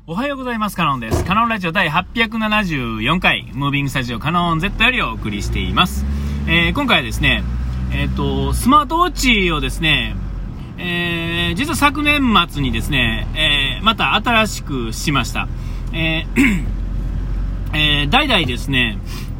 おはようございます。カノンです。カノンラジオ第874回、ムービングスタジオカノン Z よりお送りしています。今回はですね、スマートウォッチをですね、実は昨年末にですね、また新しくしました。代々ですね、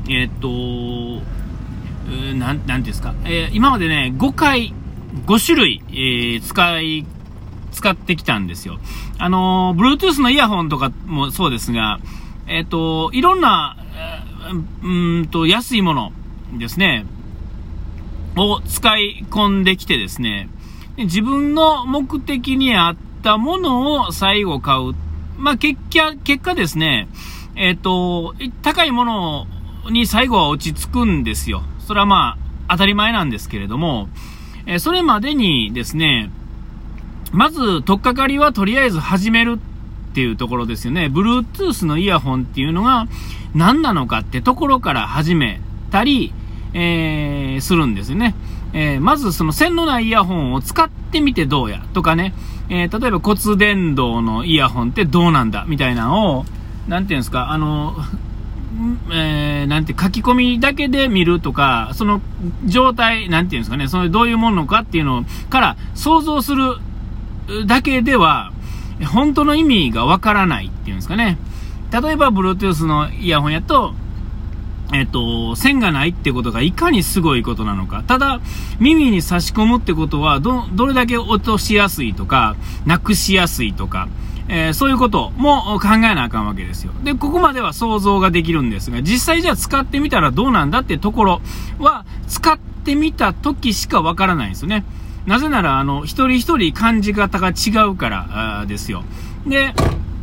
なんていうんですか、今までね、5種類、使ってきたんですよ。Bluetooth のイヤホンとかもそうですが、いろんな、安いものですね、を使い込んできてですね、自分の目的に合ったものを最後買う。まあ、結果ですね、高いものに最後は落ち着くんですよ。それはまあ、当たり前なんですけれども、それまでにですね、まず、取っかかりはとりあえず始めるっていうところですよね。Bluetooth のイヤホンっていうのが何なのかってところから始めたり、するんですよね。まずその線のないイヤホンを使ってみてどうやとかね、例えば骨伝導のイヤホンってどうなんだみたいなのを、なんていうんですか、なんて書き込みだけで見るとか、その状態、なんていうんですかね、それどういうものかっていうのから想像するだけでは本当の意味がわからないっていうんですかね。例えば Bluetooth のイヤホンやと線がないってことがいかにすごいことなのか。ただ耳に差し込むってことはどれだけ落としやすいとかなくしやすいとか、そういうことも考えなあかんわけですよ。で、ここまでは想像ができるんですが、実際じゃあ使ってみたらどうなんだってところは使ってみた時しかわからないんですよね。なぜなら、一人一人感じ方が違うからですよ。で、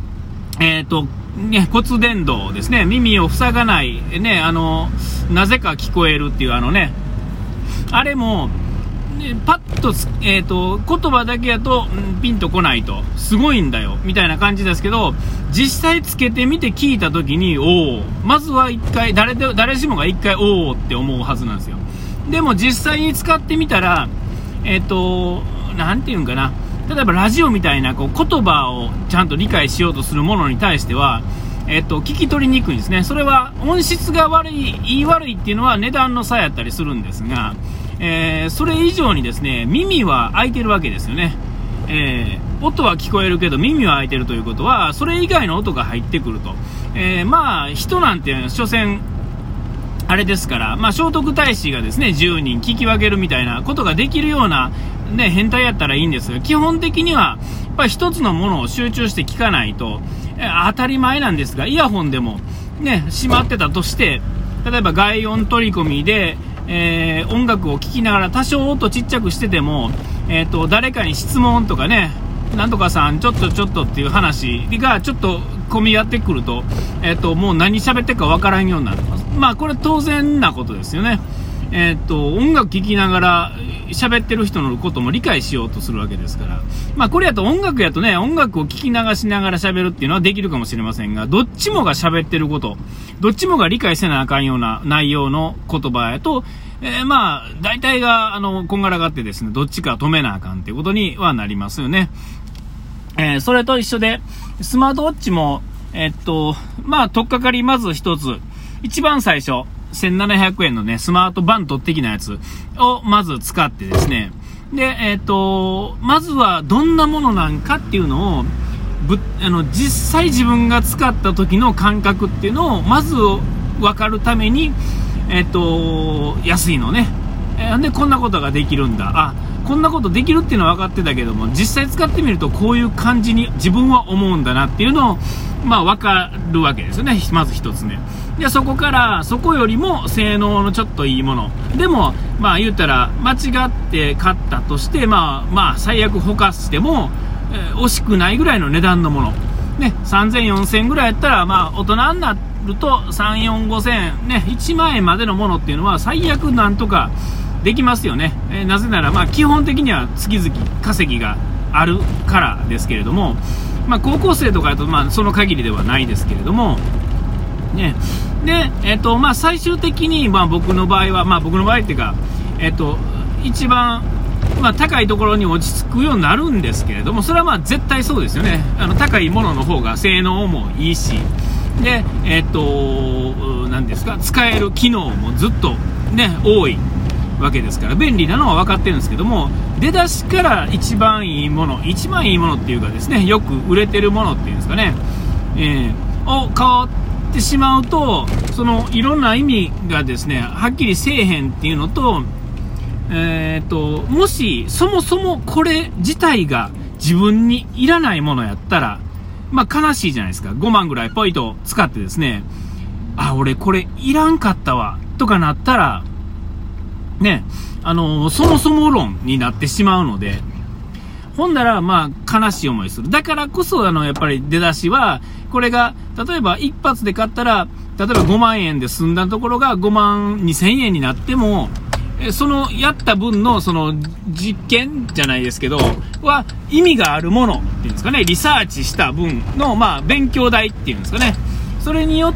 骨伝導ですね。耳を塞がない、ね、なぜか聞こえるっていうあれも、パッと言葉だけやと、ピンとこないと、すごいんだよ、みたいな感じですけど、実際つけてみて聞いたときに、まずは一回、誰しもが一回、って思うはずなんですよ。でも実際に使ってみたら、なんていうんかな。例えばラジオみたいな言葉をちゃんと理解しようとするものに対しては、聞き取りにくいんですね。それは音質が悪いっていうのは値段の差やったりするんですが、それ以上にですね、耳は開いてるわけですよね。音は聞こえるけど耳は開いてるということは、それ以外の音が入ってくると。まあ、人なんて所詮、あれですから、まあ、聖徳太子がですね、10人聞き分けるみたいなことができるような、ね、変態やったらいいんですが、基本的には、やっぱり一つのものを集中して聞かないと、当たり前なんですが、イヤホンでも、ね、閉まってたとして、例えば外音取り込みで、音楽を聴きながら多少音ちっちゃくしてても、誰かに質問とかね、なんとかさん、ちょっとっていう話がちょっと込み合ってくると、もう何喋ってるかわからんようになる。まあ、これ当然なことですよね。音楽聴きながら喋ってる人のことも理解しようとするわけですから。まあ、これやと音楽やとね、音楽を聴き流しながら喋るっていうのはできるかもしれませんが、どっちもが喋ってること、どっちもが理解せなあかんような内容の言葉やと、まあ、大体が、こんがらがってですね、どっちか止めなあかんっていうことにはなりますよね。それと一緒で、スマートウォッチも、まあ、取っかかりまず一つ、一番最初、1700円のね、スマートバンド的なやつをまず使ってですね、で、まずはどんなものなんかっていうのを、実際自分が使った時の感覚っていうのを、まず分かるために、安いのね。で、こんなことができるんだ。こんなことできるっていうのは分かってたけども、実際使ってみるとこういう感じに自分は思うんだなっていうのを、まあ分かるわけですよね。まず一つ目。で、そこよりも性能のちょっといいもの。でも、まあ言うたら、間違って買ったとして、まあ最悪ほかしても、惜しくないぐらいの値段のもの。ね、3000、4000ぐらいやったら、まあ大人になると3、4、5000、ね、1万円までのものっていうのは最悪なんとかできますよね。なぜなら、まあ基本的には月々稼ぎがあるからですけれども、まあ高校生とかだと、まあその限りではないですけれども、ね。で、まあ最終的に、まあ僕の場合っていうか、一番高いところに落ち着くようになるんですけれども、それは絶対そうですよね。高いものの方が性能もいいし、で、何ですか、使える機能もずっとね、多いわけですから、便利なのは分かってるんですけども、出だしから一番いいものっていうかですね、よく売れてるものっていうんですかね、を買ってしまうと、そのいろんな意味がですね、はっきりせえへんっていうのと、もしそもそもこれ自体が自分にいらないものやったら、悲しいじゃないですか。5万ぐらいポイと使ってですね、俺これいらんかったわとかなったらね、そもそも論になってしまうので、ほんなら悲しい思いする。だからこそやっぱり出だしは、これが例えば一発で買ったら、例えば5万円で済んだところが5万2000円になっても、そのやった分のその実験じゃないですけどは意味があるものっていうんですかね、リサーチした分の勉強代っていうんですかね、それによって、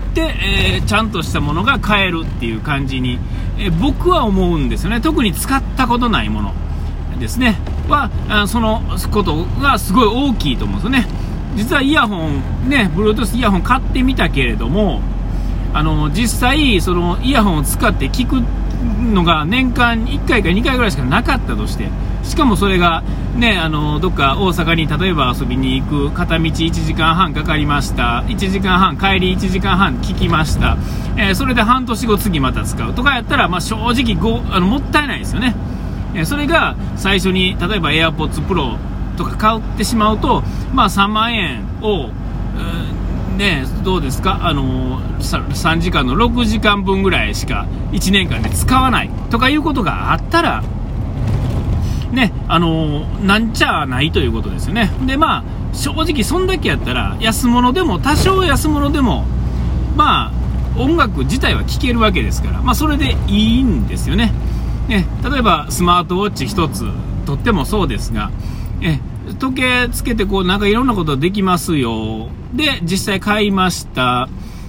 ちゃんとしたものが買えるっていう感じに、僕は思うんですよね。特に使ったことないものですねはそのことがすごい大きいと思うんですよね。実はイヤホンね、Bluetooth イヤホン買ってみたけれども、実際そのイヤホンを使って聞くのが年間1回か2回ぐらいしかなかったとして、しかもそれがね、どっか大阪に例えば遊びに行く、片道1時間半かかりました、1時間半帰り1時間半聞きました、それで半年後次また使うとかやったら、正直もったいないですよね。それが最初に例えば AirPods Pro とか買ってしまうと、3万円をね、どうですか、3時間の6時間分ぐらいしか1年間で使わないとかいうことがあったらね、なんちゃないということですよね。で正直そんだけやったら安物でも、多少安物でも音楽自体は聴けるわけですから、それでいいんですよね。例えばスマートウォッチ一つとってもそうですが、時計つけてなんかいろんなことできますよ。で実際買いました。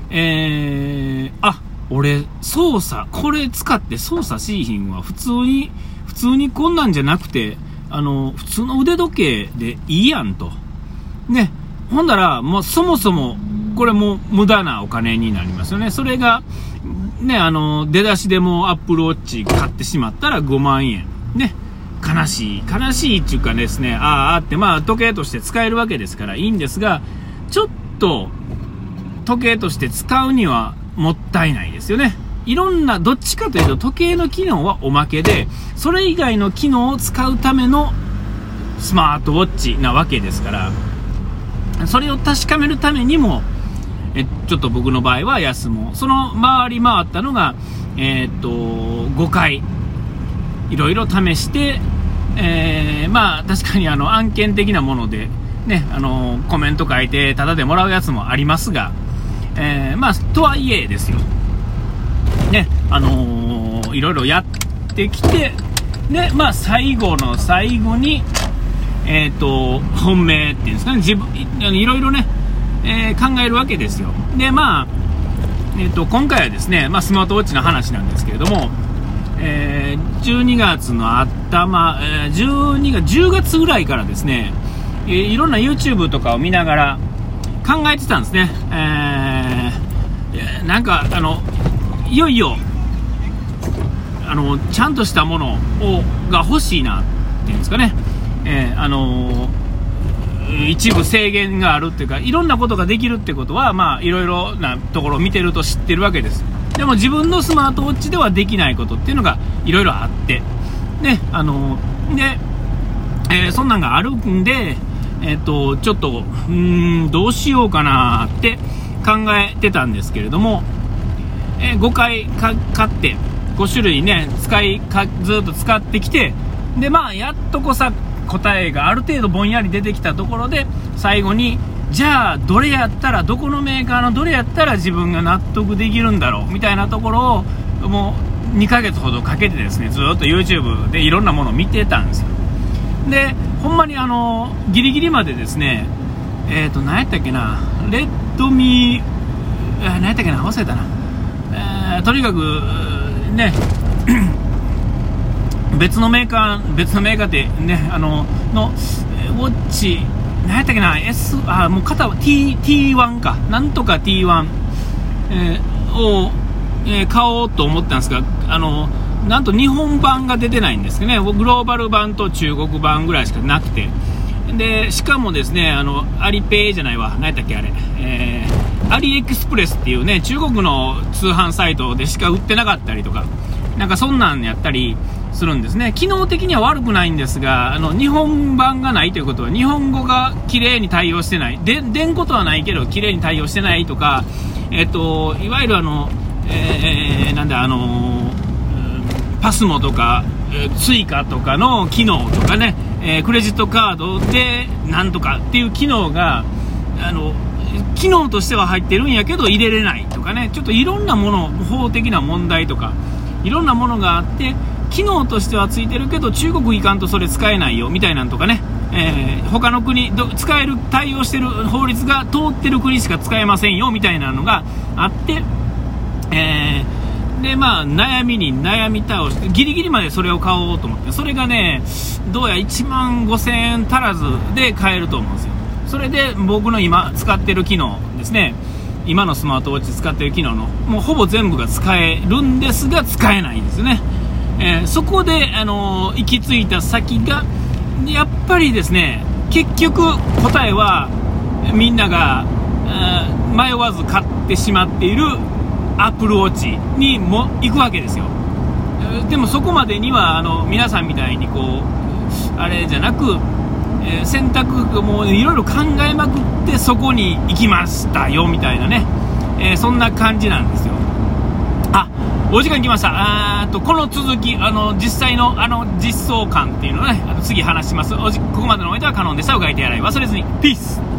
俺これ使って操作しいひんは普通にこんなんじゃなくて普通の腕時計でいいやんとね。ほんだらもうそもそもこれも無駄なお金になりますよね。それがね、出だしでもアップルウォッチ買ってしまったら5万円ね、悲しいっていうかですね、って時計として使えるわけですからいいんですが、ちょっと時計として使うにはもったいないですよね。いろんな、どっちかというと時計の機能はおまけで、それ以外の機能を使うためのスマートウォッチなわけですから、それを確かめるためにもちょっと僕の場合は安物、その回り回ったのが5回いろいろ試して、確かに案件的なものでね、コメント書いてタダでもらうやつもありますが、とはいえですよね、いろいろやってきてで、最後の最後に本命っていうんですかね、いろいろね、考えるわけですよ。で今回はですね、スマートウォッチの話なんですけれども、12月の頭、10月ぐらいからですね、いろんな YouTube とかを見ながら考えてたんですね。なんかいよいよちゃんとしたものが欲しいなっていうんですかね。一部制限があるっていうか、いろんなことができるってことはいろいろなところを見てると知ってるわけです。でも自分のスマートウォッチではできないことっていうのがいろいろあってね、そんなんがあるんで、ちょっとどうしようかなって考えてたんですけれども、5回買って5種類ねずっと使ってきて、でやっと答えがある程度ぼんやり出てきたところで、最後にじゃあどこのメーカーのどれやったら自分が納得できるんだろうみたいなところをもう2ヶ月ほどかけてですね、ずっと YouTube でいろんなものを見てたんですよ。でほんまにギリギリまでですね、何やったっけな、レッドミー何やったっけな、忘れたな、とにかくね別のメーカーってね、のウォッチ、何やったっけな、もう型は T1 か、なんとか T1、を、買おうと思ったんですが、なんと日本版が出てないんですけどね、グローバル版と中国版ぐらいしかなくて、でしかもですね、アリペイじゃないわ、何やったっけあれ、アリエクスプレスっていうね、中国の通販サイトでしか売ってなかったりとか、なんかそんなんやったりするんですね。機能的には悪くないんですが、日本版がないということは、日本語が綺麗に対応してない、出んことはないけど綺麗に対応してないとか、いわゆるなんだ、パスモとかスイカとかの機能とかね、クレジットカードでなんとかっていう機能が機能としては入ってるんやけど入れれないとかね、ちょっといろんなもの、法的な問題とかいろんなものがあって、機能としてはついてるけど中国行かんとそれ使えないよみたいなんとかね、他の国使える対応してる法律が通ってる国しか使えませんよみたいなのがあって、で悩み倒してギリギリまでそれを買おうと思って、それがねどうや1万5000円足らずで買えると思うんですよ。それで僕の今使ってる機能ですね、今のスマートウォッチ使ってる機能のもうほぼ全部が使えるんですが使えないんですね。そこで行き着いた先がやっぱりですね、結局答えはみんなが迷わず買ってしまっているアップルウォッチにも行くわけですよ。でもそこまでには皆さんみたいにこうあれじゃなく、選択もいろいろ考えまくってそこに行きましたよみたいなね、そんな感じなんですよ。お時間来ました。この続き実際の実装感っていうのをね次話します。ここまでのお相手はカノンでした。うがい手洗い忘れずに。ピース。